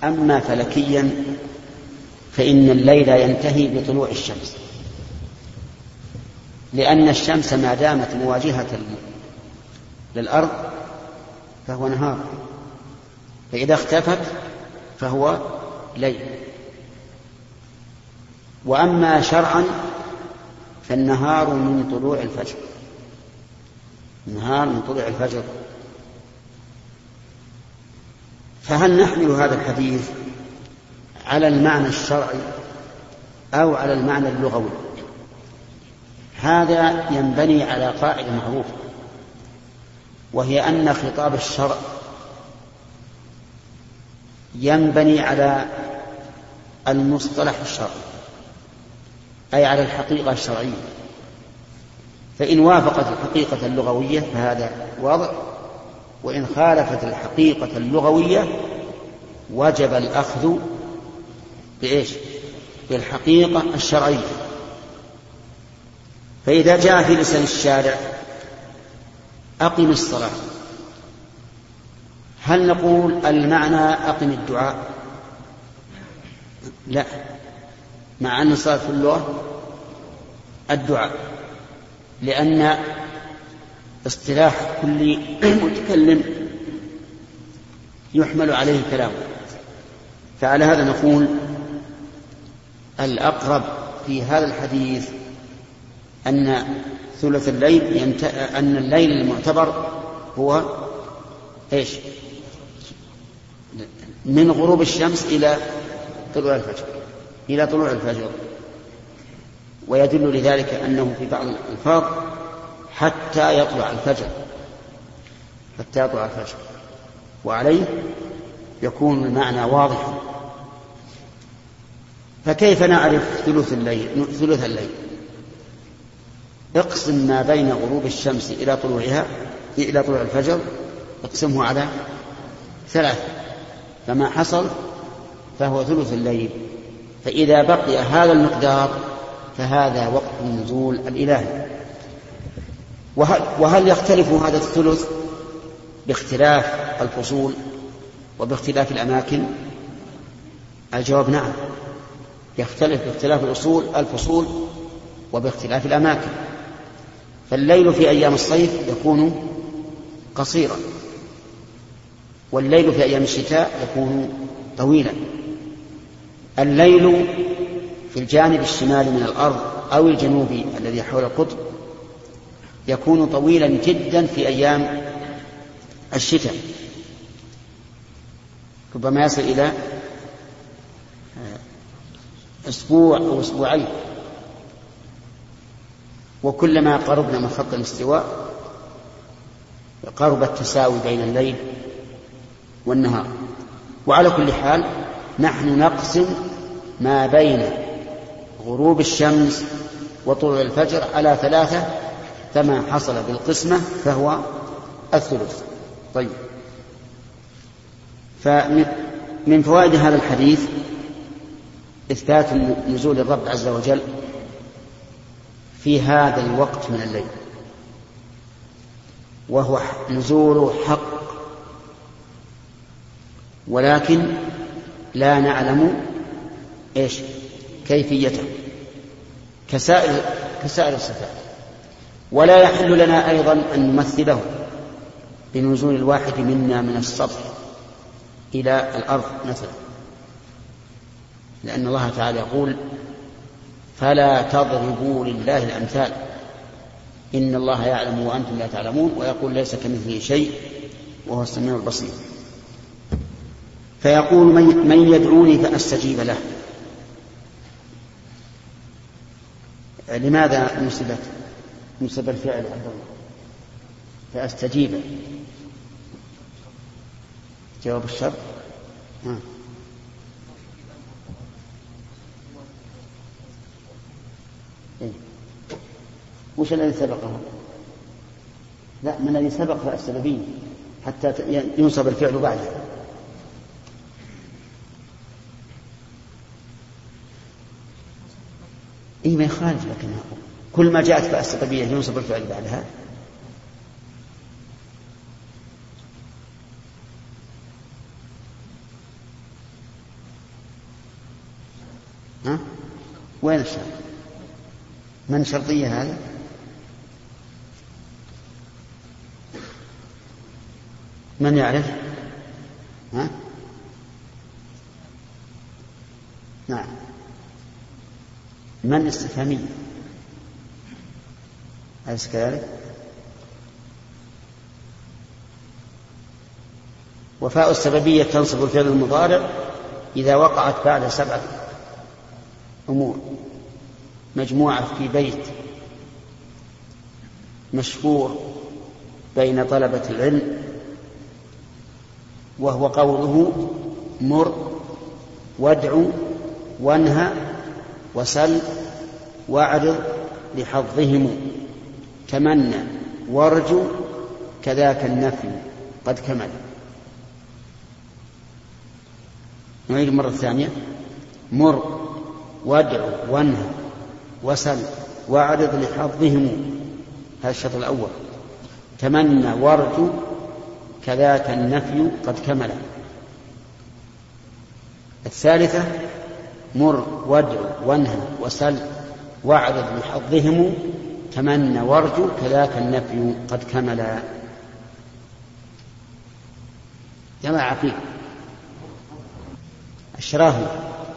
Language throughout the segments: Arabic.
أما فلكيا فإن الليل ينتهي بطلوع الشمس، لأن الشمس ما دامت مواجهة للأرض فهو نهار، فإذا اختفت فهو ليل. وأما شرعا فالنهار من طلوع الفجر، النهار من طلوع الفجر. فهل نحمل هذا الحديث على المعنى الشرعي أو على المعنى اللغوي؟ هذا ينبني على قاعدة معروفة، وهي أن خطاب الشرع ينبني على المصطلح الشرعي، أي على الحقيقة الشرعية. فإن وافقت الحقيقة اللغوية فهذا واضح، وإن خالفت الحقيقة اللغوية وجب الأخذ بإيش؟ بالحقيقة الشرعية. فإذا جاء في لسان الشارع أقم الصلاة، هل نقول المعنى أقم الدعاء؟ لا، مع أن الصلاة في اللغة الدعاء، لأن اصطلاح كل متكلم يحمل عليه كلامه. فعلى هذا نقول الأقرب في هذا الحديث أن ثلث الليل أن الليل المعتبر هو إيش؟ من غروب الشمس إلى طلوع الفجر، إلى طلوع الفجر. ويدل لذلك أنه في بعض الألفاظ حتى يطلع الفجر، حتى يطلع الفجر، وعليه يكون المعنى واضحا. فكيف نعرف ثلث الليل؟ اقسم ما بين غروب الشمس إلى طلوع الفجر، اقسمه على 3، فما حصل فهو ثلث الليل. فإذا بقي هذا المقدار فهذا وقت النزول الإلهي. وهل يختلف هذا الثلث باختلاف الفصول وباختلاف الأماكن؟ الجواب نعم، يختلف باختلاف الفصول وباختلاف الأماكن. فالليل في أيام الصيف يكون قصيرا، والليل في أيام الشتاء يكون طويلا. الليل في الجانب الشمالي من الأرض أو الجنوبي الذي حول القطب يكون طويلا جدا في أيام الشتاء، ربما يصل إلى أسبوع أو أسبوعين. وكلما قربنا من خط الاستواء قرب التساوي بين الليل والنهار. وعلى كل حال نحن نقسم ما بين غروب الشمس وطلوع الفجر على 3، فما حصل بالقسمة فهو الثلث. طيب، فمن فوائد هذا الحديث إثبات نزول الرب عز وجل في هذا الوقت من الليل، وهو نزول حق، ولكن لا نعلم إيش كيفيته كسائر الصفات. ولا يحل لنا أيضا أن نمثله بنزول الواحد منا من السطح إلى الأرض مثلا، لأن الله تعالى يقول فلا تضربوا لله الأمثال إن الله يعلم وأنتم لا تعلمون، ويقول ليس كمثله شيء وهو السميع البصير. فيقول من يدعوني فأستجيب له. لماذا نسب الفعل عبد الله فأستجيب؟ جواب الشرط وش الذي سبقه؟ لا، من الذي سبق فالسببين حتى ينصب الفعل بعده. إيه ما يخالف، لكن كل ما جاءت فاء السببية ينصب الفعل بعدها. ها؟ وين الشرط؟ من شرطية هذا؟ من يعرف؟ ها؟ نعم. من استفهامية أليس كذلك؟ وفاء السببية تنصب الفعل المضارع إذا وقعت بعد 7 أمور مجموعة في بيت مشهور بين طلبة العلم، وهو قوله مر وادع وانهى وسل واعرض لحظهم تمنى وارجو كذاك النفي قد كمل. نعيد مرة ثانية: مر وادع وانهى وسل واعرض لحظهم، هذا الشرط الأول. تمنى وارجو كذاك النفي قد كمل. الثالثة: مر وادع وانهى وسل واعرض لحظهم تمنى وارجو كذاك النفي قد كمل. جماعة عقيل الشراهي: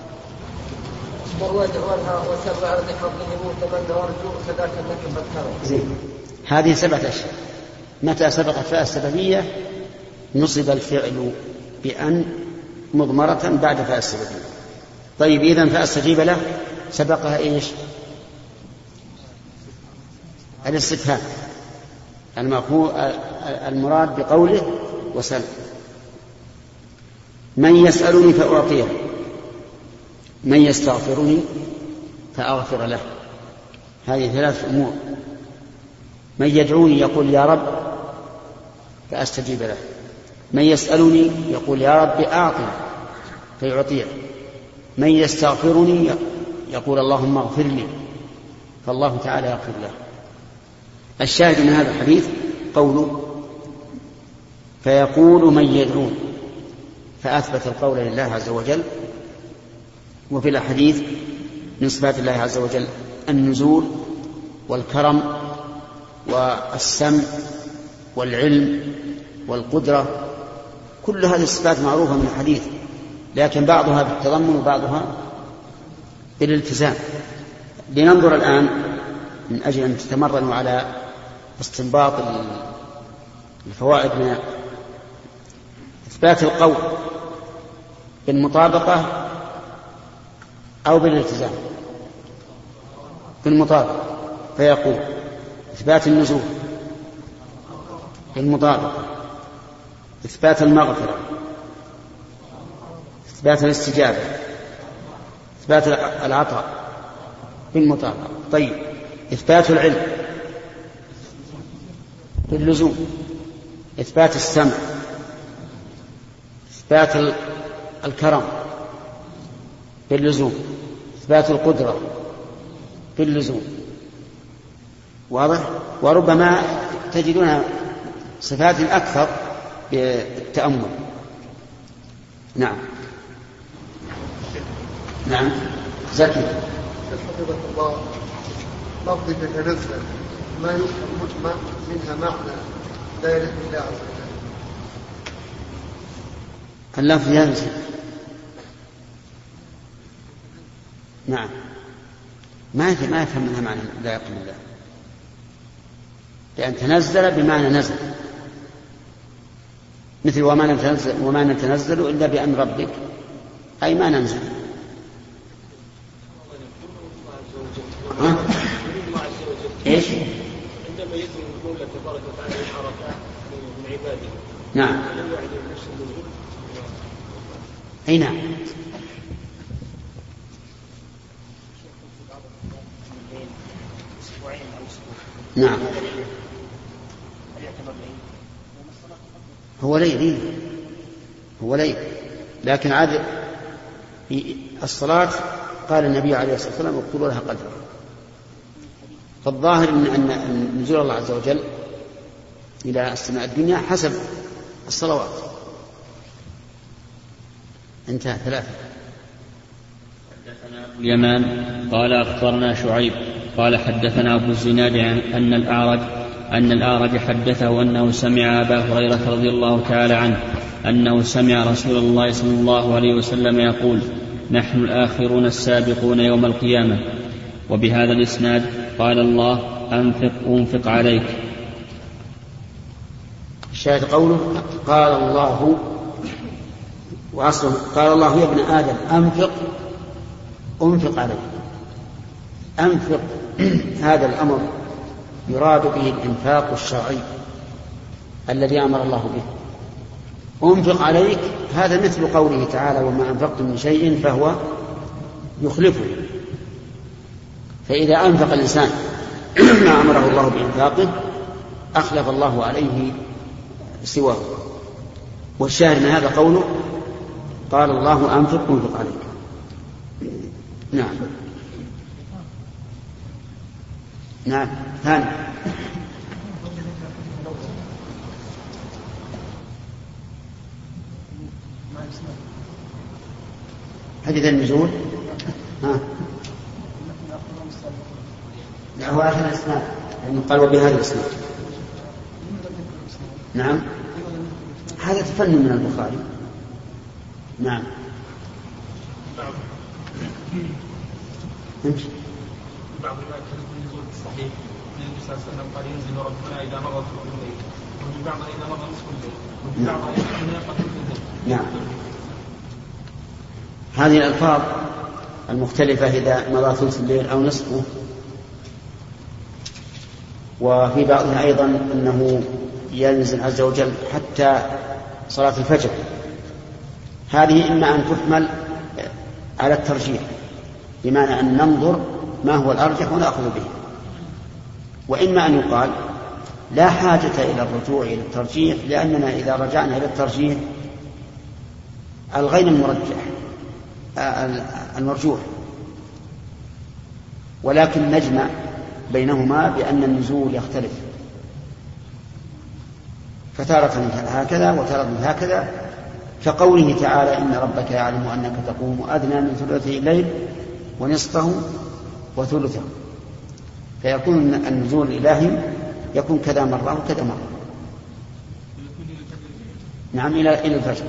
مر وادع وانهى وسل واعرض لحظهم تمنى وارجو كذاك النفي قد كمل. زين، هذه 7 أشياء. متى سبقت فاء السببية نصب الفعل بأن مضمرة بعد فاء السببية. طيب، إذن فاء السجيبة له سبقها إيش؟ الاستفهام المراد بقوله وسل. من يسألني فأعطيه، من يستغفرني فأغفر له. هذه 3 أمور. من يدعوني يقول يا رب فأستجيب له. من يسألني يقول يا رب أعطني فيعطيه. من يستغفرني يقول اللهم اغفر لي فالله تعالى يغفر له. الشاهد من هذا الحديث قوله فيقول من يدعون، فأثبت القول لله عز وجل. وفي الحديث من صفات الله عز وجل النزول والكرم والسمع والعلم والقدرة، كل هذه الصفات معروفة من الحديث، لكن بعضها بالتضمن وبعضها بالالتزام. لننظر الآن من أجل أن تتمرنوا على استنباط الفوائد من إثبات القول بالمطابقة أو بالالتزام. بالمطابقة، فيقول إثبات النزول بالمطابقة، إثبات المغفرة، إثبات الاستجابة، إثبات العطاء بالمطابقة. طيب، إثبات العلم باللزوم، إثبات السمع، إثبات الكرم باللزوم، إثبات القدرة باللزوم. واضح؟ وربما تجدون صفات أكثر بالتأمل. نعم نعم. زكي: حفظك الله، لفظ تتنزل ما يفهم مجمع منها معنى لا يليق بالله عز وجل. اللفظ ينزل. نعم، ما يفهم منها معنى لا يليق بالله، لأن تنزل بمعنى نزل، مثل وما نتنزل إلا بأمر ربك، أي ما ننزل. إيش؟ عندما يذكر المولى تبارك وتعالى الحركات من عباده. نعم. أي نعم. نعم. هو ليل، لكن عاد الصلاة قال النبي عليه الصلاة والسلام اكتبوا لها قدرا. فالظاهر أن نزول الله عز وجل إلى السماء الدنيا حسب الصلوات. انتهى 3. حدثنا أبو اليمان قال أخبرنا شعيب قال حدثنا أبو الزناد أن الأعرج حدثه أنه سمع أبا هريرة رضي الله تعالى عنه أنه سمع رسول الله صلى الله عليه وسلم يقول: نحن الآخرون السابقون يوم القيامة. وبهذا الإسناد قال الله: أنفق عليك. الشاهد قوله قال الله، وأصله قال الله: يا ابن آدم أنفق عليك. أنفق هذا الأمر يراد به الإنفاق الشرعي الذي أمر الله به. أنفق عليك هذا مثل قوله تعالى: وما أنفقتم من شيء فهو يخلفه. فإذا أنفق الإنسان ما أمره الله بإنفاقه أخلف الله عليه سواه. والشاهد من هذا قوله: قال الله: أنفق عليك. نعم ثاني حديث النزول. لا هو آخر الإسناد يعني قال وبهذا الإسناد. نعم هذا تفنن من البخاري. نعم بعض الروايات في النزول الصحيح من النبي صلى الله عليه وسلم قال: ينزل ربنا إذا مضى ثلث الليل، وفي بعض إذا مضى نصف الليل، وفي بعض إذا مضى ثلث الليل. نعم هذه الألفاظ المختلفة إذا مضى ثلث الليل أو نصفه. وفي بعضها أيضا أنه ينزل عز وجل حتى صلاة الفجر. هذه إما أن تحمل على الترجيح بمعنى أن ننظر ما هو الأرجح ونأخذ به، وإما أن يقال لا حاجة إلى الرجوع إلى الترجيح، لأننا إذا رجعنا إلى الترجيح ألغينا المرجوح، ولكن نجمع بينهما بأن النزول يختلف، فتارة هكذا وتارة هكذا، كقوله تعالى: إن ربك يعلم أنك تقوم أدنى من ثلثي الليل ونصفه وثلثه، فيكون النزول الإلهي يكون كذا مرة وكذا مرة. نعم إلى الفجر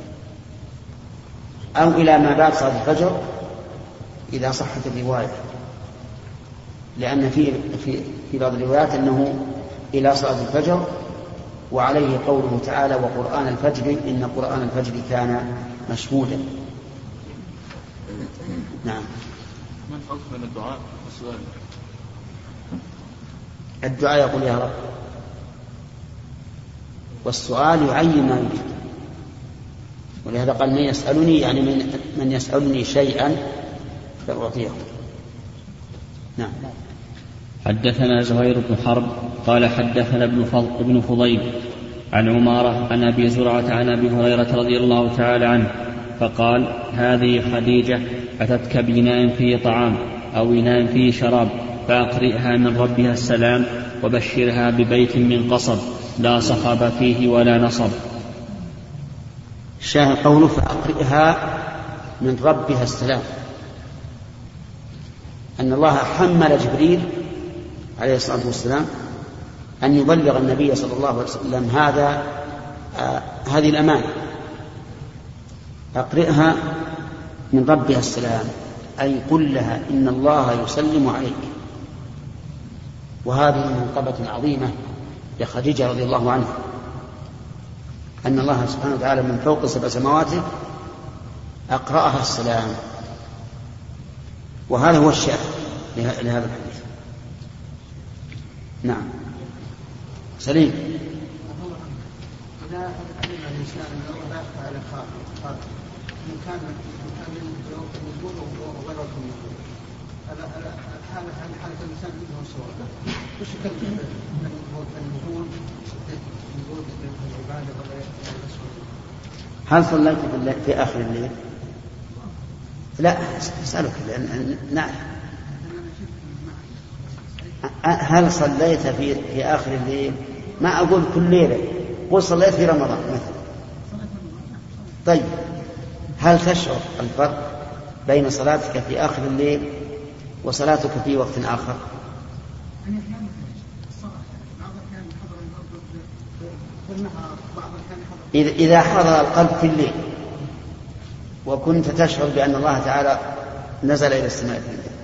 أو إلى ما بعد صلاة الفجر إذا صحت الرواية، لأن في بعض الروايات أنه إلى صلاة الفجر، وعليه قوله تعالى: وقرآن الفجر إن قرآن الفجر كان مشهودا. نعم. ما الفرق بين الدعاء والسؤال؟ الدعاء يقول يا رب، والسؤال يعين ما يريد، ولهذا قال: من يسألني يعني من يسألني شيئا فأعطيه. نعم. حدثنا زهير بن حرب قال حدثنا ابن فضيل عن عمارة عن أبي زرعة عن أبي هريرة رضي الله تعالى عنه فقال: هذه خديجة أتتك بإناء فيه طعام أو إناء فيه شراب، فأقرئها من ربها السلام، وبشرها ببيت من قصب لا صخب فيه ولا نصب. الشاهد قوله: فأقرئها من ربها السلام، أن الله حمل جبريل عليه الصلاة والسلام أن يبلغ النبي صلى الله عليه وسلم هذه الأمانة. أقرئها من ربها السلام، أي قل لها إن الله يسلم عليك. وهذه منقبة عظيمة لخديجة رضي الله عنها، أن الله سبحانه وتعالى من فوق 7 سماوات أقرأها السلام، وهذا هو الشاهد لهذا الحديث. نعم. سليم. إذا علم الإنسان أنه لا يخفى على خاطر إن كان النزول وغير النزول، حالة الإنسان عنده صورة وش كلمة النزول العبادة وغير النزول؟ هل صليت في آخر الليل؟ لا أسألك لأن نعرف. هل صليت في آخر الليل؟ ما أقول كل ليلة، قل صليت في رمضان مثلا. طيب هل تشعر الفرق بين صلاتك في آخر الليل وصلاتك في وقت آخر؟ إذا حضر القلب في الليل وكنت تشعر بأن الله تعالى نزل إلى السماء في الليل،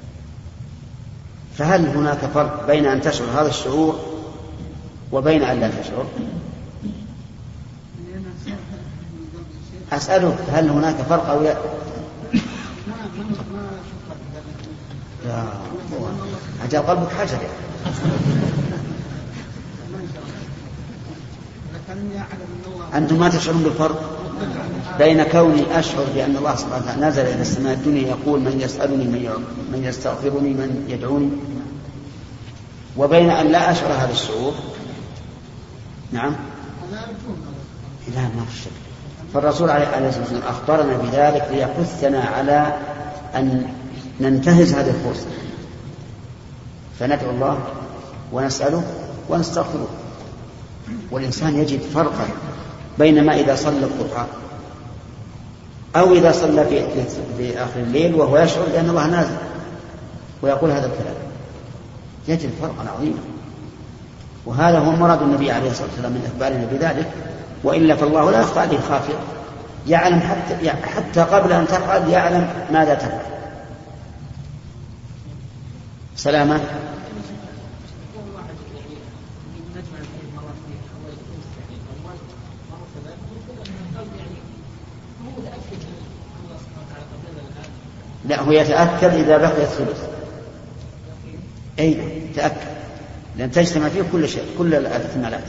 فهل هناك فرق بين أن تشعر هذا الشعور وبين أن لا تشعر؟ أسألك هل هناك فرق أو لا؟ أجل قلبك حجر. أنتم ما تشعرون بالفرق بين كوني أشعر بأن الله سبحانه وتعالى نزل إلى السماء الدنيا يقول من يسألني من يستغفرني من يدعوني، وبين أن لا أشعر هذا الشعور؟ نعم، لا ما في شك. فالرسول عليه الصلاة والسلام أخبرنا بذلك ليحثنا على أن ننتهز هذه الفرصة، فندعو الله ونسأله ونستغفره. والإنسان يجد فرقا بين ما إذا صلى الضحى أو إذا صلى في آخر الليل وهو يشعر بأن الله نازل ويقول هذا الكلام، يجد فرقا عظيما. وهذا هو مراد النبي عليه الصلاة والسلام من إخبارنا بذلك، وإلا فالله لا يخفى عليه خافيا، يعلم حتى قبل أن تفعل يعلم ماذا تفعل. سلامة. لا، هو يتأكد إذا بقي الثلث. أي تأكد، لأن تجتمع فيه كل شيء، كل الاحتمالات.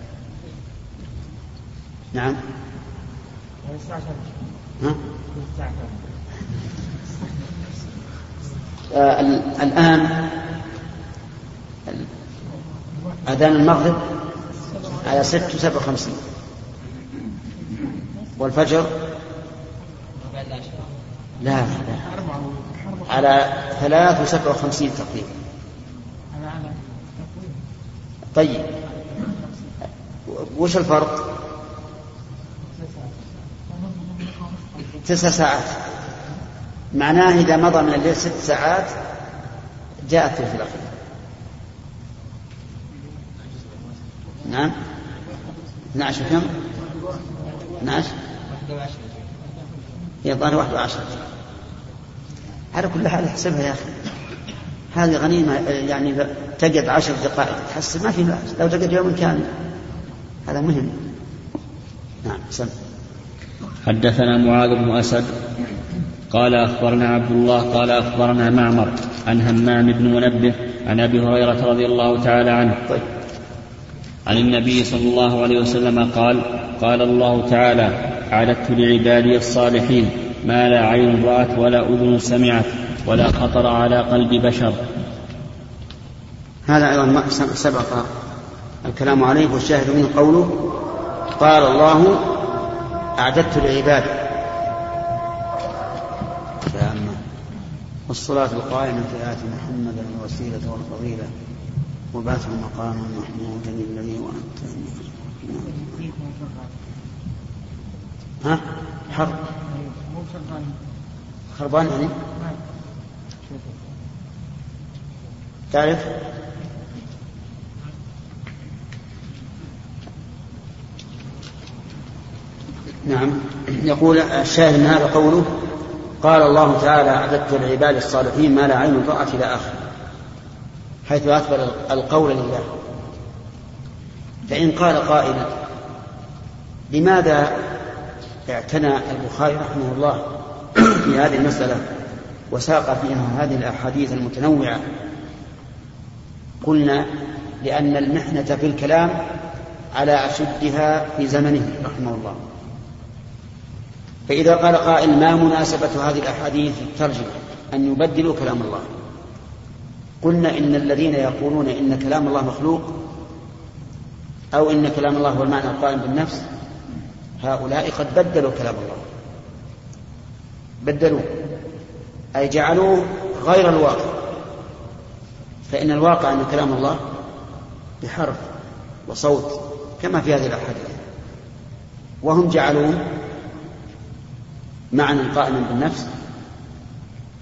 نعم. الآن أذان المغرب على 6:57 والفجر لا على 3:57 تقريبا. طيب وش الفرق؟ 9 ساعات. معناه إذا مضى من الليل 6 ساعات جاء الثلث الأخير. نعم. 12 كم؟ 12 يظهر 11. على كل حال احسبها يا أخي، هذه غنيمة، يعني تجد 10 دقائق تحسب ما في بأس، لو تجد يوم كامل هذا مهم. نعم. سم. حدثنا معاذ بن أسد قال أخبرنا عبد الله قال أخبرنا معمر عن همام بن منبه عن أبي هريرة رضي الله تعالى عنه عن النبي صلى الله عليه وسلم قال قال الله تعالى أعددت لعبادي الصالحين ما لا عين رأت ولا أذن سمعت ولا خطر على قلب بشر. هذا أيضا سبق الكلام عليه، والشاهد من قوله قال الله أعددت لعبادي والصلاة القائمة في آت محمدا الوسيلة والفضيلة وبعثه مقاما محمودا الذي وأنت حرب خربان يعني تعرف؟ نعم. يقول الشاهد من هذا قوله قال الله تعالى أعددت لعباد الصالحين ما لا عين رأت إلى آخر، حيث أثبت القول لله. فإن قال قائل لماذا اعتنى البخاري رحمه الله في هذه المسألة وساق فيها هذه الأحاديث المتنوعة؟ قلنا لأن المحنة في الكلام على أشدها في زمنه رحمه الله. فإذا قال قائل ما مناسبة هذه الأحاديث الترجمة أن يبدلوا كلام الله؟ قلنا إن الذين يقولون إن كلام الله مخلوق أو إن كلام الله هو المعنى القائم بالنفس، هؤلاء قد بدلوا كلام الله، بدلوا أي جعلوه غير الواقع. فإن الواقع أن كلام الله بحرف وصوت كما في هذه الأحاديث، وهم جعلوه معنى قائما بالنفس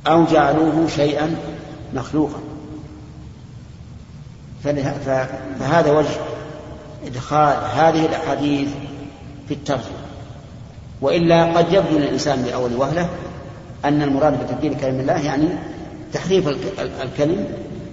أو جعلوه شيئا مخلوقا. فهذا وجه إدخال هذه الأحاديث في الترجمة. وإلا قد يبدو للإنسان بأول وهلة أن المراد بتبديل كلام الله يعني تحريف الكلم،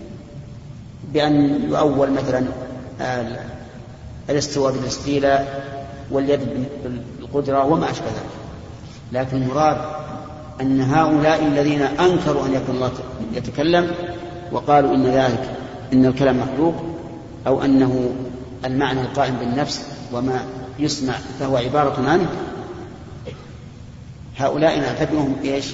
بأن يؤول مثلا الاستواء بالاستيلاء واليد بالقدرة وما أشبه ذلك. لكن المراد أن هؤلاء الذين أنكروا أن يكون الله يتكلم وقالوا إن الكلام مخلوق، أو أنه المعنى القائم بالنفس وما يسمع فهو عبارة عنه، هؤلاء نعتبرهم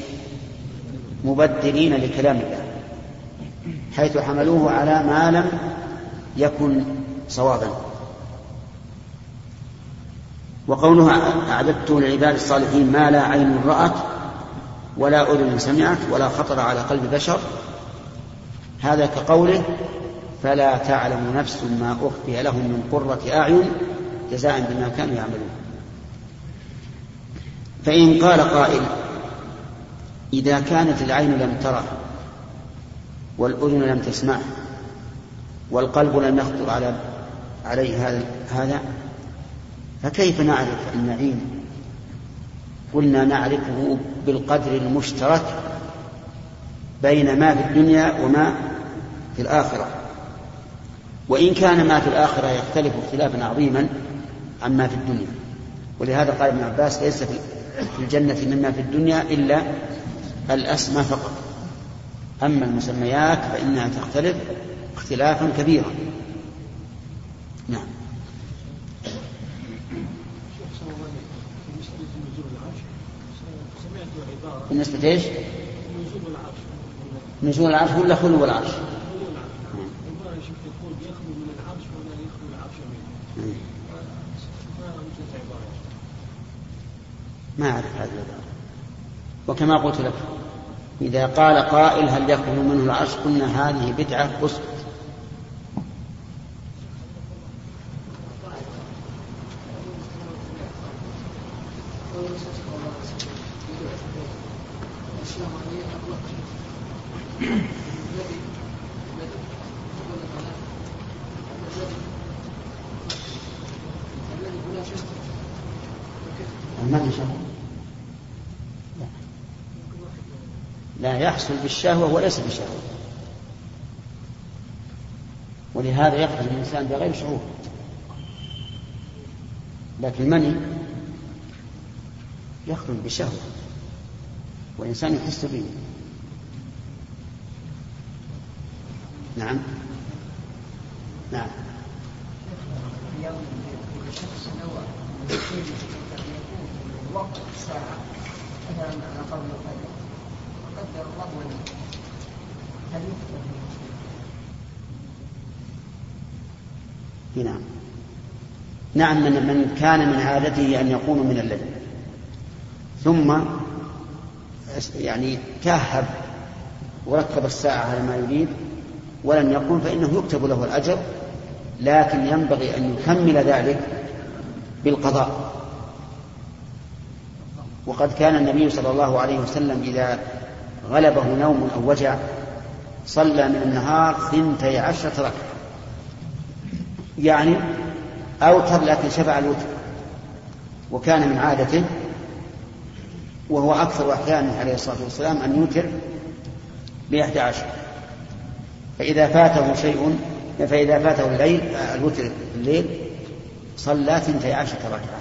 مبدلين لكلام الله، حيث حملوه على ما لم يكن صوابا. وقولها أعددت للعباد الصالحين ما لا عين رأت ولا أذن سمعت ولا خطر على قلب بشر، هذا كقوله فلا تعلم نفس ما أخفي لهم من قرة أعين جزاء بما كانوا يعملون. فإن قال قائل إذا كانت العين لم ترى والأذن لم تسمع والقلب لم يخطر عليه هذا، فكيف نعرف النعيم؟ قلنا نعرفه بالقدر المشترك بين ما في الدنيا وما في الآخرة، وإن كان ما في الآخرة يختلف اختلافا عظيما عما في الدنيا. ولهذا قال ابن عباس ليس في الجنة مما في الدنيا إلا الأسماء فقط، أما المسميات فإنها تختلف اختلافا كبيرا. نعم. بالنسبة إيش؟ نزول العرش ولا خلو العرش؟ ما أعرف هذا العبارة. وكما قلت لك إذا قال قائل هل يخلو منه العرش قلنا هذه بدعة أسقط. لا يحصل بالشهوة وليس بالشهوة، ولهذا يخرج الإنسان بغير شعور. لكن المني يخرج بالشهوة والإنسان يحس به. نعم نعم. وقت الساعة مثلا على قبل الفجر وقدر الله ولي هل يكتب؟ نعم نعم. من كان من عادته أن يقوم من الليل ثم يعني كهب وركب الساعة على ما يريد ولم يقوم فإنه يكتب له الأجر، لكن ينبغي أن يكمل ذلك بالقضاء. وقد كان النبي صلى الله عليه وسلم إذا غلبه نوم أو وجع صلى من النهار 12 ركعة، يعني أوتر لكن شفع الوتر. وكان من عادته وهو أكثر أحيانه عليه الصلاة والسلام أن يوتر ب11. فإذا فاته الليل الوتر الليل صلى 12 ركعة.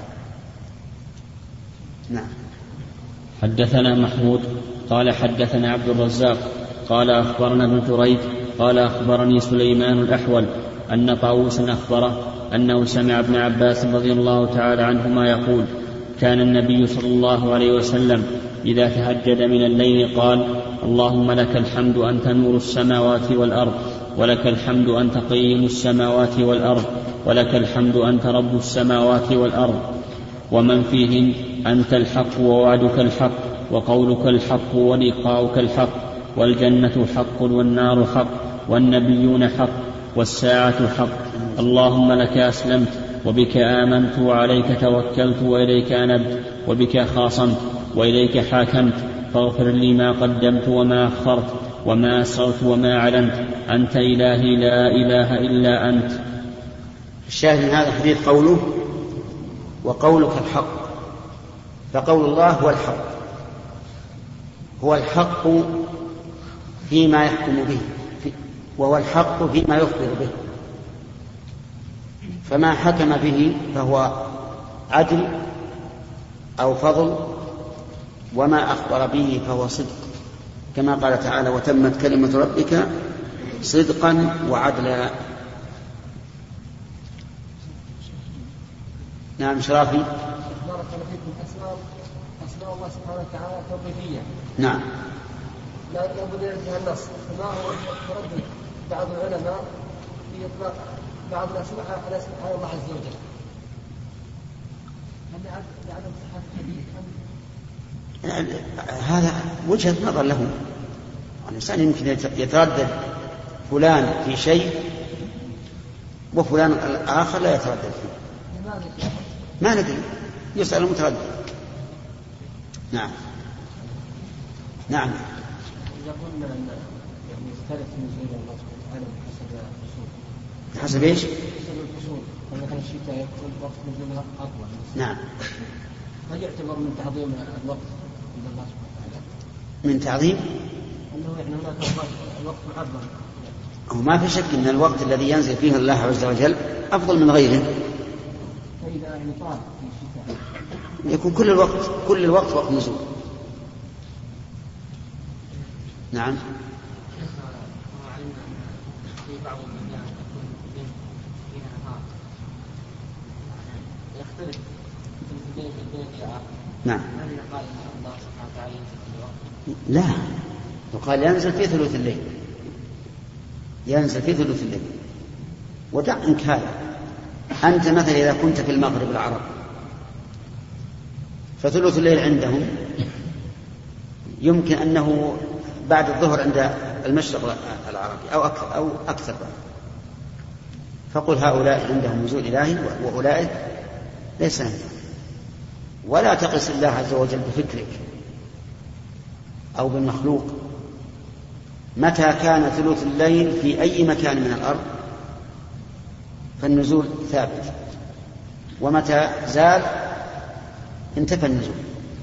نعم. حدثنا محمود قال حدثنا عبد الرزاق قال أخبرنا ابن جريج قال أخبرني سليمان الأحول أن طاووسا أخبره أنه سمع ابن عباس رضي الله تعالى عنهما يقول كان النبي صلى الله عليه وسلم إذا تهجد من الليل قال اللهم لك الحمد أنت نور السماوات والأرض ولك الحمد أنت قيم السماوات والأرض ولك الحمد أنت رب السماوات والأرض ومن فيهن أنت الحق ووعدك الحق وقولك الحق ولقاؤك الحق والجنة حق والنار حق والنبيون حق والساعة حق اللهم لك أسلمت وبك آمنت وعليك توكلت وإليك أنبت وبك خاصمت وإليك حاكمت فاغفر لي ما قدمت وما أخرت وما أسررت وما أعلنت أنت إلهي لا إله إلا أنت. الشاهد من هذا الحديث قوله وقولك الحق، فقول الله هو الحق، هو الحق فيما يحكم به، وهو الحق فيما يخبر به، فما حكم به فهو عدل أو فضل، وما أخبر به فهو صدق، كما قال تعالى وتمت كلمة ربك صدقا وعدلا. نعم شرافي. بارك الله فيكم. أسماء الله سبحانه وتعالى توقيفية. نعم. لا بد أن فيها النص، فما هو تردد بعض العلماء في إطلاق بعض الأسماء على الله عز وجل؟ هل لعدم صحة الحديث هذا وجهة نظر له. الإنسان يمكن يتردد فلان في شيء وفلان الآخر لا يتردد فيه، ما ندري، يسأل المتردد. نعم. نعم. إذا قلنا أن يختلف نزول الله سبحانه حسب إيش؟ حسب الفصول، فمثلا الشتاء يكون وقت نزولها أطول. نعم. هل يعتبر من تعظيم الوقت عند الله سبحانه وتعالى؟ من تعظيم؟ أنه يعني هناك وقت معظم. هو ما في شك أن الوقت الذي ينزل فيه الله عز وجل أفضل من غيره. فإذا يعني طال في الشتاء يكون كل الوقت وقت نزول. نعم. في بعض البلدان تكون فيها نهار يختلف في البيت الشعر. نعم. هل يقال ان الله سبحانه وتعالى ينزل في الوقت؟ لا، يقال ينزل في ثلث الليل، ينزل في ثلث الليل. ودع عنك هذا، أنت مثلا إذا كنت في المغرب العرب فثلث الليل عندهم يمكن أنه بعد الظهر عند المشرق العربي أو أكثر بعد. فقل هؤلاء عندهم نزول إلهي وأولئك ليس عندهم. ولا تقس الله عز وجل بفكرك أو بالمخلوق. متى كان ثلث الليل في أي مكان من الأرض فالنزول ثابت، ومتى زال انتفى النزول.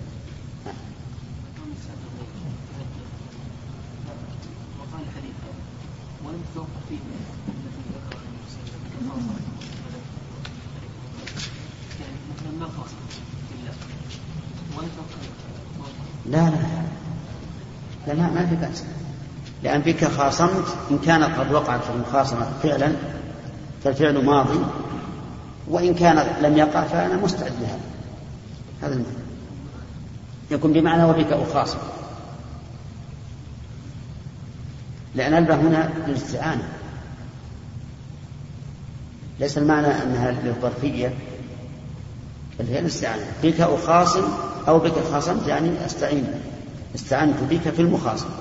لا ما في بأس، لأن بك خاصمت إن كانت قد وقعت المخاصمة فعلا فالفعل ماضي، وإن كان لم يقع فأنا مستعد لها. هذا المعنى يكون بمعنى وبك أخاصم، لأن البه هنا للاستعانة، ليس المعنى أنها للظرفية بل هي الاستعانة. بك أخاصم أو بك خاصمت يعني استعنت بك في المخاصمة.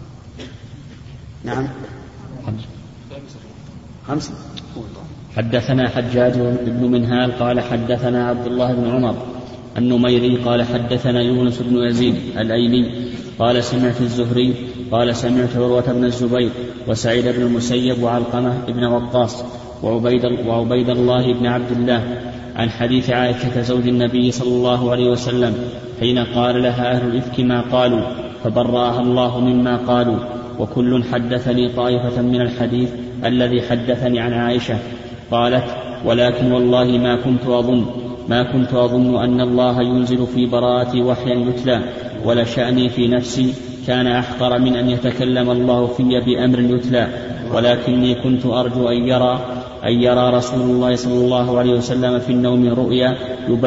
نعم. 5. حدثنا حجاج بن منهال قال حدثنا عبد الله بن عمر النميري قال حدثنا يونس بن يزيد الأيلي قال سمعت الزهري قال سمعت عروة بن الزبير وسعيد بن المسيب وعلقمة بن وقاص وعبيد الله بن عبد الله عن حديث عائشة زوج النبي صلى الله عليه وسلم حين قال لها أهل الإفك ما قالوا فبرأها الله مما قالوا. وكل حدثني طائفة من الحديث الذي حدثني عن عائشة. قالت ولكن والله ما كنت أظن أن الله ينزل في براءتي وحيا يتلى، ولشأني في نفسي كان أحقر من أن يتكلم الله في بأمر يتلى، ولكني كنت أرجو أن يرى رسول الله صلى الله عليه وسلم في النوم رؤيا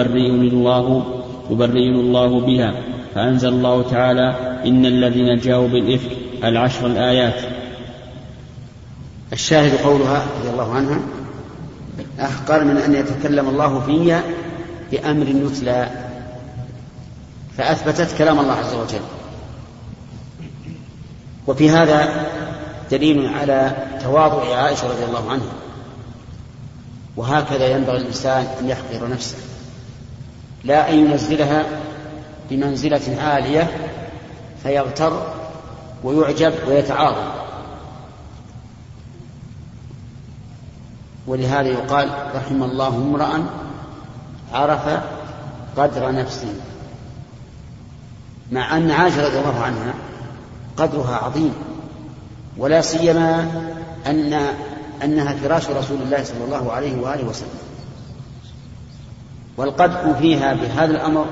يبرئني الله بها. فأنزل الله تعالى إن الذين جاءوا بالإفك 10 الآيات. الشاهد قولها رضي الله عنها أحقر من أن يتكلم الله في بأمر يتلى، فأثبتت كلام الله عز وجل. وفي هذا دليل على تواضع عائشة رضي الله عنها، وهكذا ينبغي الإنسان أن يحقر نفسه، لا أن ينزلها بمنزلة عالية فيغتر ويعجب ويتعاظم. ولهذا يقال رحم الله امرأ عرف قدر نفسه، مع أن عائشة رضي الله عنها قدرها عظيم، ولا سيما أنها فراش رسول الله صلى الله عليه وآله وسلم، والقدح فيها بهذا الأمر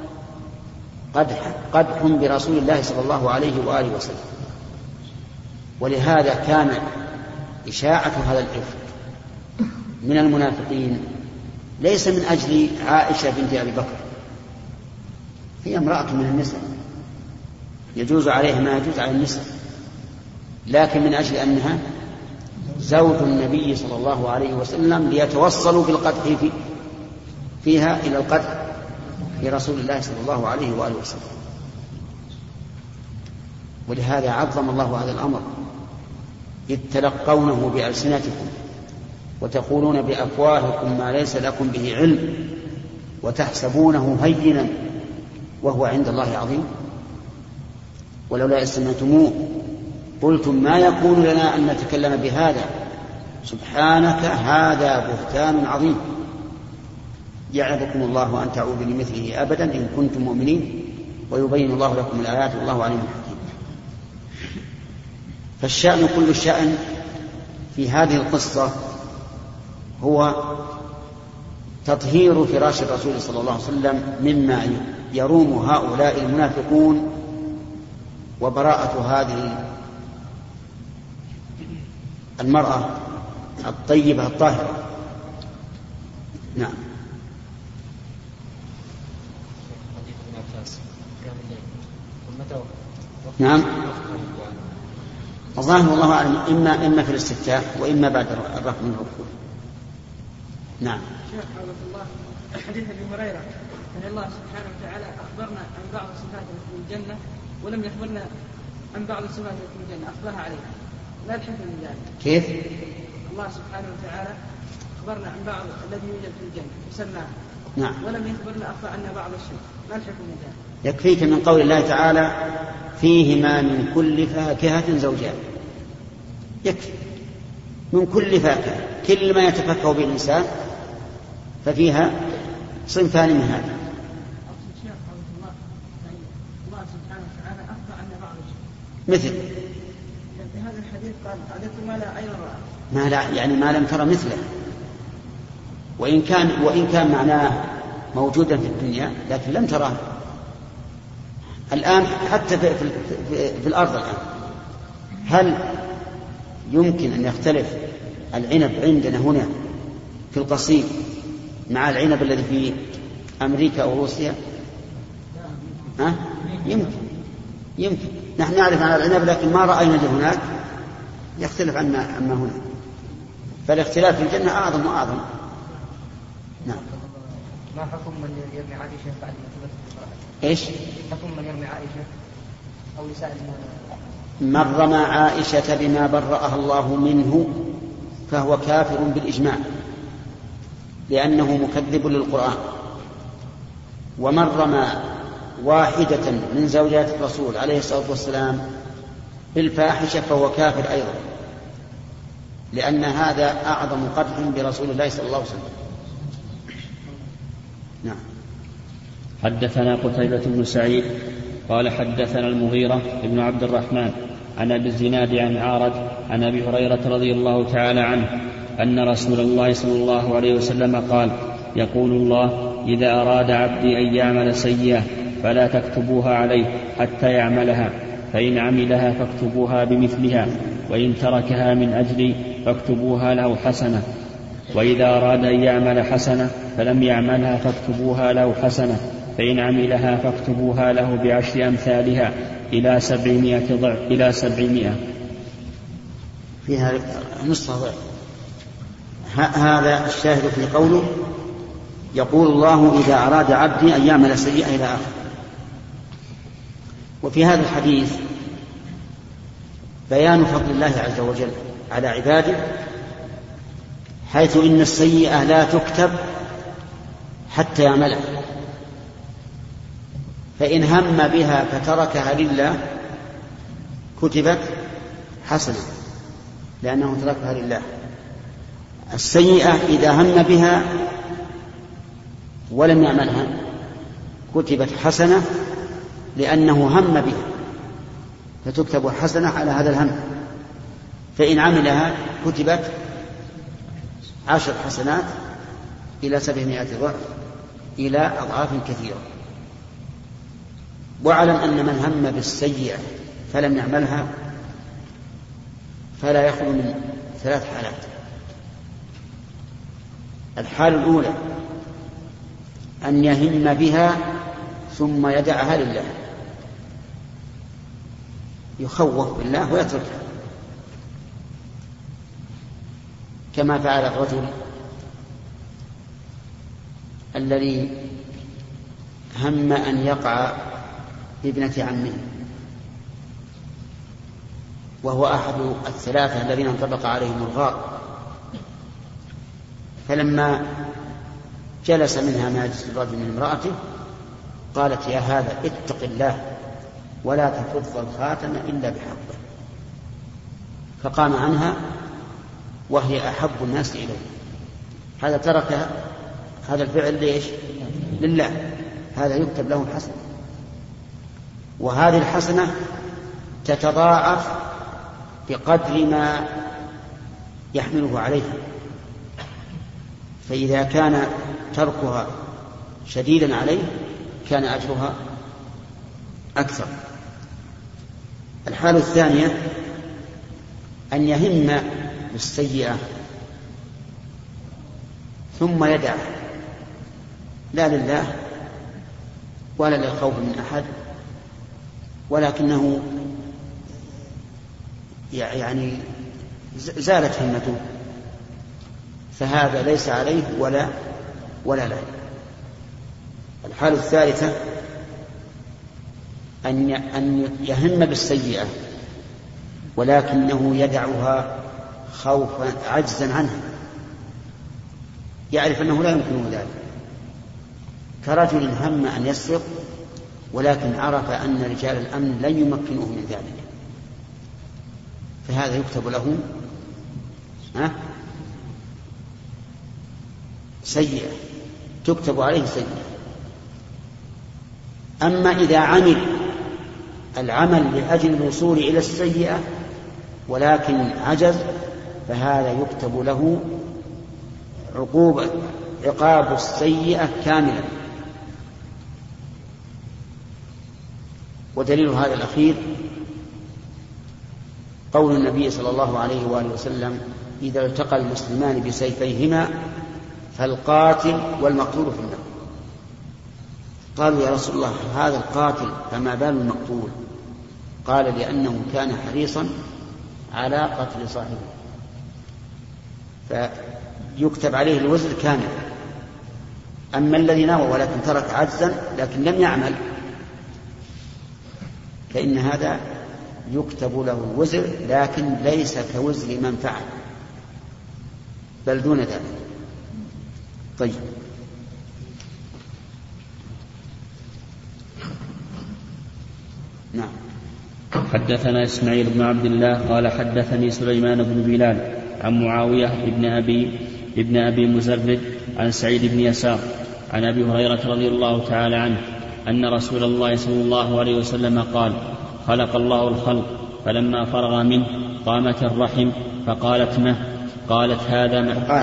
قدح برسول الله صلى الله عليه وآله وسلم. ولهذا كان إشاعة هذا الإفك من المنافقين ليس من أجل عائشة بنت أبي بكر، هي امرأة من النساء يجوز عليها ما يجوز على النساء، لكن من أجل أنها زوج النبي صلى الله عليه وسلم ليتوصلوا بالقدح فيها إلى القدح في رسول الله صلى الله عليه وآله وسلم. ولهذا عظم الله هذا الأمر، إذ تلقونه بألسنتكم وتقولون بأفواهكم ما ليس لكم به علم وتحسبونه هينا وهو عند الله عظيم. ولولا إذ سمعتموه قلتم ما يكون لنا أن نتكلم بهذا سبحانك هذا بهتان عظيم. يعظكم الله أن تعودوا لمثله أبدا إن كنتم مؤمنين ويبين الله لكم الآيات والله عليم حكيم. فالشأن كل الشأن في هذه القصة هو تطهير فراش الرسول صلى الله عليه وسلم مما يروم هؤلاء المنافقون، وبراءة هذه المرأة الطيبة الطاهرة. نعم. نعم. الظاهر والله أعلم إما في الاستفتاح وإما بعد الرفع من الركوع. نعم. شيخ حفظك الله، حديث أبي هريرة أن الله سبحانه وتعالى أخبرنا عن بعض الصفات في الجنة ولم يخبرنا عن بعض الصفات في الجنة أخبرها عليها، لا الحكم من ذلك. كيف؟ الله سبحانه وتعالى أخبرنا عن بعض الذي يوجد في الجنة وسماه، نعم، ولم يخبرنا أخبر عنا بعض الشيء، ما الحكم من ذلك؟ يكفيك من قول الله تعالى فيهما من كل فاكهة زوجان، يكفي من كل فاكهة، كل ما يتفكه به الإنسان ففيها صنفان من هذا. الله سبحانه وتعالى أخبر عنا بعض الشيء مثل في هذا الحديث قال عددت ما لا عين رأى، ما لا يعني ما لم ترى مثله، وإن كان معناه موجودا في الدنيا لكن لم تراه الآن حتى في الأرض الآن. هل يمكن أن يختلف العنب عندنا هنا في القصيم مع العنب الذي في أمريكا أو روسيا؟ يمكن. نحن نعرف عن العنب لكن ما رأينا هناك يختلف عما هنا، فالاختلاف في الجنة أعظم وأعظم. نعم. ما حكم من يرمي عائشة بعد ما ثبت البراءة؟ إيش؟ حكم من يرمي عائشة أو نساء من رمى عائشة بما برأها الله منه فهو كافر بالإجماع، لأنه مكذب للقرآن. ومن رمى واحدة من زوجات الرسول عليه الصلاة والسلام بالفاحشة فهو كافر أيضا، لأن هذا أعظم قدح برسول الله صلى الله عليه وسلم. نعم. حدثنا قتيبة بن سعيد قال حدثنا المغيرة بن عبد الرحمن عن أبي الزناد عن عارج عن أبي هريرة رضي الله تعالى عنه أن رسول الله صلى الله عليه وسلم قال: يقول الله: إذا أراد عبدي أن يعمل سيئة فلا تكتبوها عليه حتى يعملها، فإن عملها فاكتبوها بمثلها، وإن تركها من أجلي فاكتبوها له حسنة، وإذا أراد أن يعمل حسنة فلم يعملها فاكتبوها له حسنة، فإن عملها فاكتبوها له بعشر أمثالها إلى 700 ضعف إلى 700. فيها نصف ضعف. هذا الشاهد في قوله يقول الله: إذا أراد عبدي أن يعمل سيئة إلى آخر. وفي هذا الحديث بيان فضل الله عز وجل على عباده، حيث إن السيئة لا تكتب حتى يعملها، فإن هم بها فتركها لله كتبت حسنة لأنه تركها لله. السيئة إذا هم بها ولم يعملها كتبت حسنة لأنه هم بها فتكتب حسنة على هذا الهم، فإن عملها كتبت 10 حسنات إلى 700 ضعف إلى أضعاف كثيرة. واعلم أن من هم بالسيئة فلم يعملها فلا يخلو من 3 حالات. الحالة الأولى أن يهم بها ثم يدعها لله، يخوف بالله ويتركها، كما فعل الرجل الذي هم أن يقع بابنة عمه وهو أحد الثلاثة الذين انطبق عليهم الغار، فلما جلس منها ما يجلس الرجل من امرأته قالت يا هذا اتق الله ولا تفض الخاتم إلا بحقه، فقام عنها وهي أحب الناس إليه. هذا ترك هذا الفعل ليش؟ لله، هذا يكتب له الحسنة، وهذه الحسنة تتضاعف بقدر ما يحمله عليها، فإذا كان تركها شديدا عليه كان أجرها أكثر. الحالة الثانية أن يهم بالسيئة ثم يدع لا لله ولا للخوف من أحد، ولكنه يعني زالت همته، فهذا ليس عليه ولا له. الحالة الثالثة أن يهم بالسيئة ولكنه يدعها خوفا عجزا عنها، يعرف أنه لا يمكنه ذلك، كرجل هم أن يسرق ولكن عرف أن رجال الأمن لن يمكنوه من ذلك، فهذا يكتب له سيئة، تكتب عليه سيئة. أما إذا عمل العمل لأجل الوصول إلى السيئة ولكن عجز فهذا يكتب له عقاب السيئة كاملا. ودليل هذا الأخير قول النبي صلى الله عليه وآله وسلم إذا التقى المسلمان بسيفيهما فالقاتل والمقتول في النار. قالوا يا رسول الله هذا القاتل فما بال المقتول؟ قال لأنه كان حريصا على قتل صاحبه، فيكتب عليه الوزر كامل. أما الذي نوى ولكن ترك عجزا لكن لم يعمل فإن هذا يكتب له الوزر لكن ليس كوزر من فعل بل دون ذلك. طيب، نعم. حدثنا إسماعيل بن عبد الله قال حدثني سليمان بن بلال عن معاوية ابن أبي مزرد عن سعيد بن يسار عن أبي هريرة رضي الله تعالى عنه أن رسول الله صلى الله عليه وسلم قال خلق الله الخلق فلما فرغ منه قامت الرحم فقالت مه قالت هذا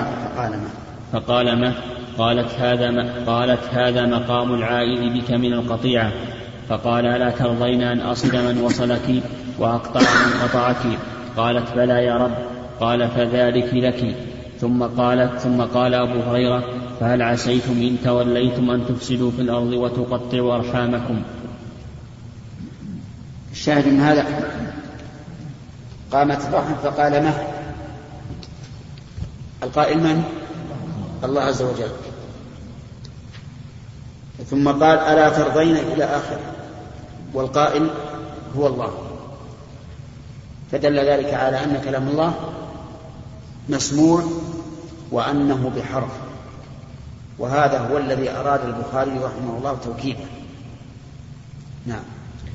ما قالت هذا مقام العائد بك من القطيعة، فقال ألا ترضين أن أصل من وصلك وأقطع من قطعك؟ قالت بلى يا رب. قال فذلك لك. ثم قال أبو هريرة فهل عسيتم إن توليتم أن تفسدوا في الأرض وتقطعوا أرحامكم؟ الشاهد من هذا قامت الرحم فقال مه، القائل من؟ الله عز وجل. ثم قال ألا ترضين إلى آخر، والقائل هو الله، فدل ذلك على أن كلام الله مسموع وأنه بحرف، وهذا هو الذي أراد البخاري رحمه الله توكيده. نعم.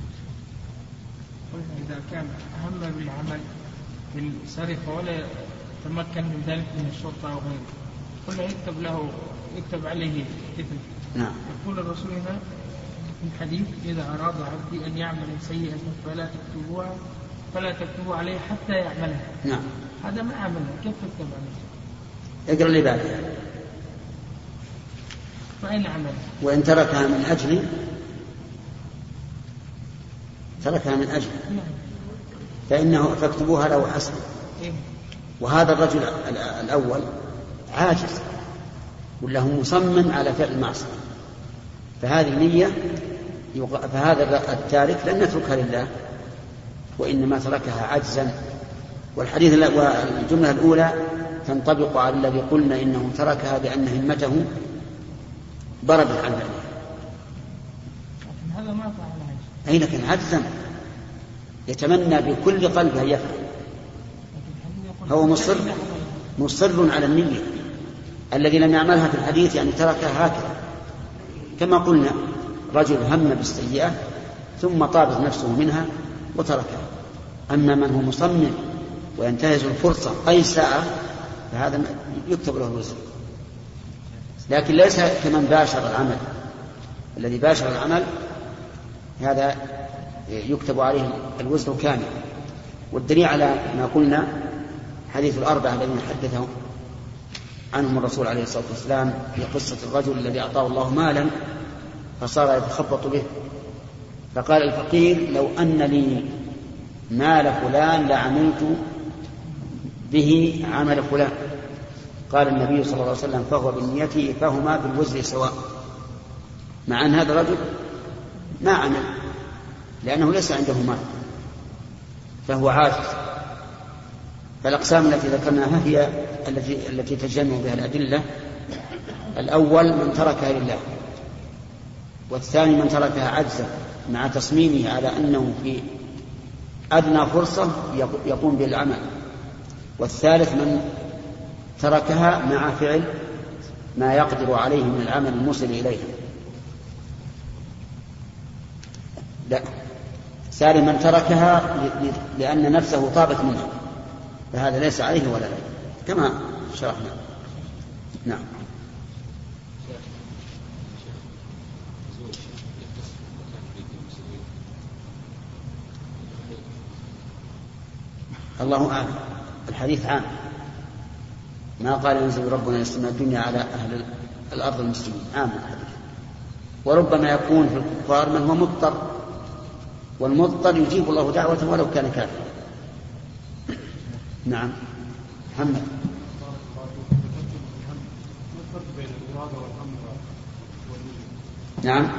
إذا كان أهم بالعمل بالسرقة ولا يتمكن من ذلك من الشرطة أو غيره قلنا يكتب عليه إثم. نعم. يقول الرسول هنا في الحديث إذا أراد عبدي أن يعمل سيئة فلا تكتبوا عليه حتى يعملها. نعم. هذا ما عملها كيف تكتب عليه؟ اقرأ اللي بعدها. فأين عملها؟ وإن تركها من أجل فإنه فاكتبوها له حسنة. وهذا الرجل الأول عاجز ولا هو مصمم على فعل المعصية، فهذه النية فهذا التارك لن نتركها لله وإنما تركها عجزا. والحديث والجملة الأولى تنطبق على الذي قلنا إنه تركها بأن همته بردت عن فعله. هذا ما فعل أي لكن عجزا يتمنى بكل قلبه أن يفعل، هو مصر على النية. الذي لم يعملها في الحديث يعني تركها هكذا كما قلنا، رجل هم بالسيئة ثم طابت نفسه منها وتركها. أما من هو مصمم وينتهز الفرصة أي ساعة فهذا يكتب له الوزر، لكن ليس كمن باشر العمل. الذي باشر العمل هذا يكتب عليه الوزر كامل. والدليل على ما قلنا حديث الأربعة الذين حدثه عنهم الرسول عليه الصلاة والسلام في قصة الرجل الذي أعطاه الله مالا فصار يتخبط به، فقال الفقير لو أن لي مال فلان لعملت به عمل فلان. قال النبي صلى الله عليه وسلم فهو بنيته فهما بالوزر سواء، مع أن هذا الرجل ما عمل لأنه ليس عنده مال فهو عاجز. فالأقسام التي ذكرناها هي التي تجمع بها الأدلة. الأول من تركها لله، والثاني من تركها عجزا مع تصميمه على أنه في أدنى فرصة يقوم بالعمل، والثالث من تركها مع فعل ما يقدر عليه من العمل الموصل إليه. لا، ثالث من تركها لأن نفسه طابت منها فهذا ليس عليه ولا لا كما شرحنا. نعم. الله أعلم، الحديث عام، ما قال ينزل ربنا يسمى الدنيا على أهل الأرض المسلمين، عام الحديث. وربما يكون في الكفار من هو مضطر، والمضطر يجيب الله دعوته ولو كان كافرا. نعم. محمد. نعم.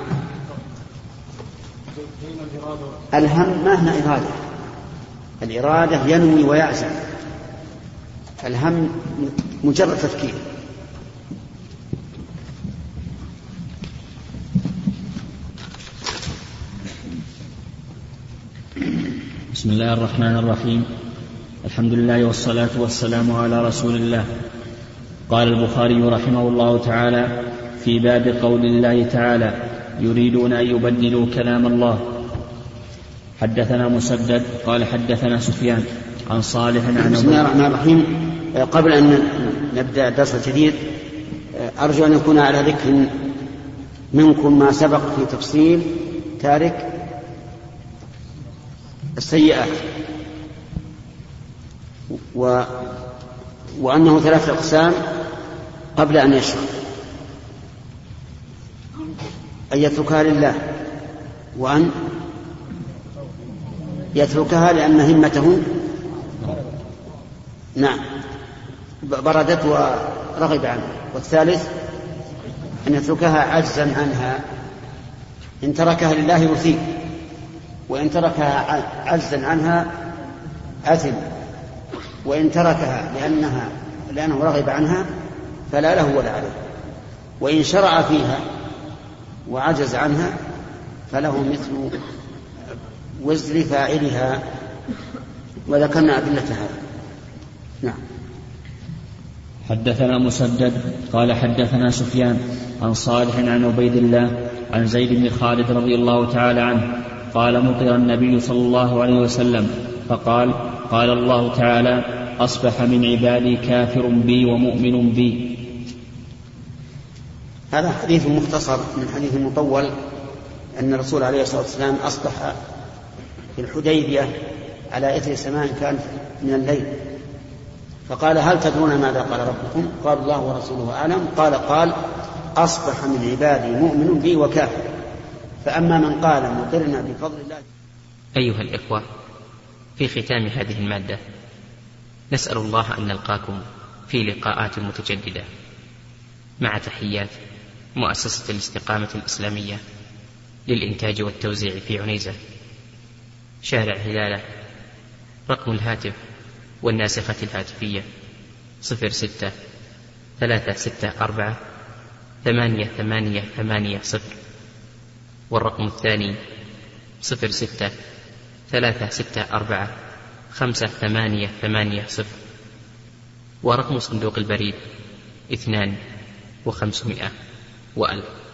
الهم ما هنا إرادة، الإرادة ينوي ويعزم، الهم مجرد تفكير. بسم الله الرحمن الرحيم. الحمد لله والصلاة والسلام على رسول الله. قال البخاري رحمه الله تعالى في باب قول الله تعالى يريدون أن يبدلوا كلام الله. حدثنا مسدد قال حدثنا سفيان عن صالح عن بسم الله الرحمن الرحيم. قبل أن نبدأ الدرس الجديد أرجو أن يكون على ذكر منكم ما سبق في تفصيل تارك السيئات، وأنه 3 أقسام قبل أن يشرع: أن يتركها لله، وأن يتركها لأن همته بردت ورغب عنها، والثالث أن يتركها عجزا عنها. إن تركها لله يثيب، وإن تركها عجزا عنها أثم، وإن تركها لأنه رغب عنها فلا له ولا عليه، وإن شرع فيها وعجز عنها فله مثل وزر فاعلها، وذكرنا أدلة هذا. نعم. حدثنا مسدد قال حدثنا سفيان عن صالح عن عبيد الله عن زيد بن خالد رضي الله تعالى عنه قال مطر النبي صلى الله عليه وسلم فقال قال الله تعالى أصبح من عبادي كافر بي ومؤمن بي. هذا حديث مختصر من حديث مطول أن الرسول عليه الصلاة والسلام أصبح في الحديبية على إثر سماء كانت من الليل، فقال هل تدرون ماذا قال ربكم؟ قال الله ورسوله أعلم. قال أصبح من عبادي مؤمن بي وكافر. فأما من قال مطرنا بفضل الله. أيها الإخوة، في ختام هذه المادة نسأل الله أن نلقاكم في لقاءات متجددة، مع تحيات مؤسسة الاستقامة الإسلامية للإنتاج والتوزيع في عنيزة، شارع هلالة. رقم الهاتف والناسخة الهاتفية 06-364-8880، والرقم الثاني 06-364-5880، ورقم صندوق البريد 2500 و1000.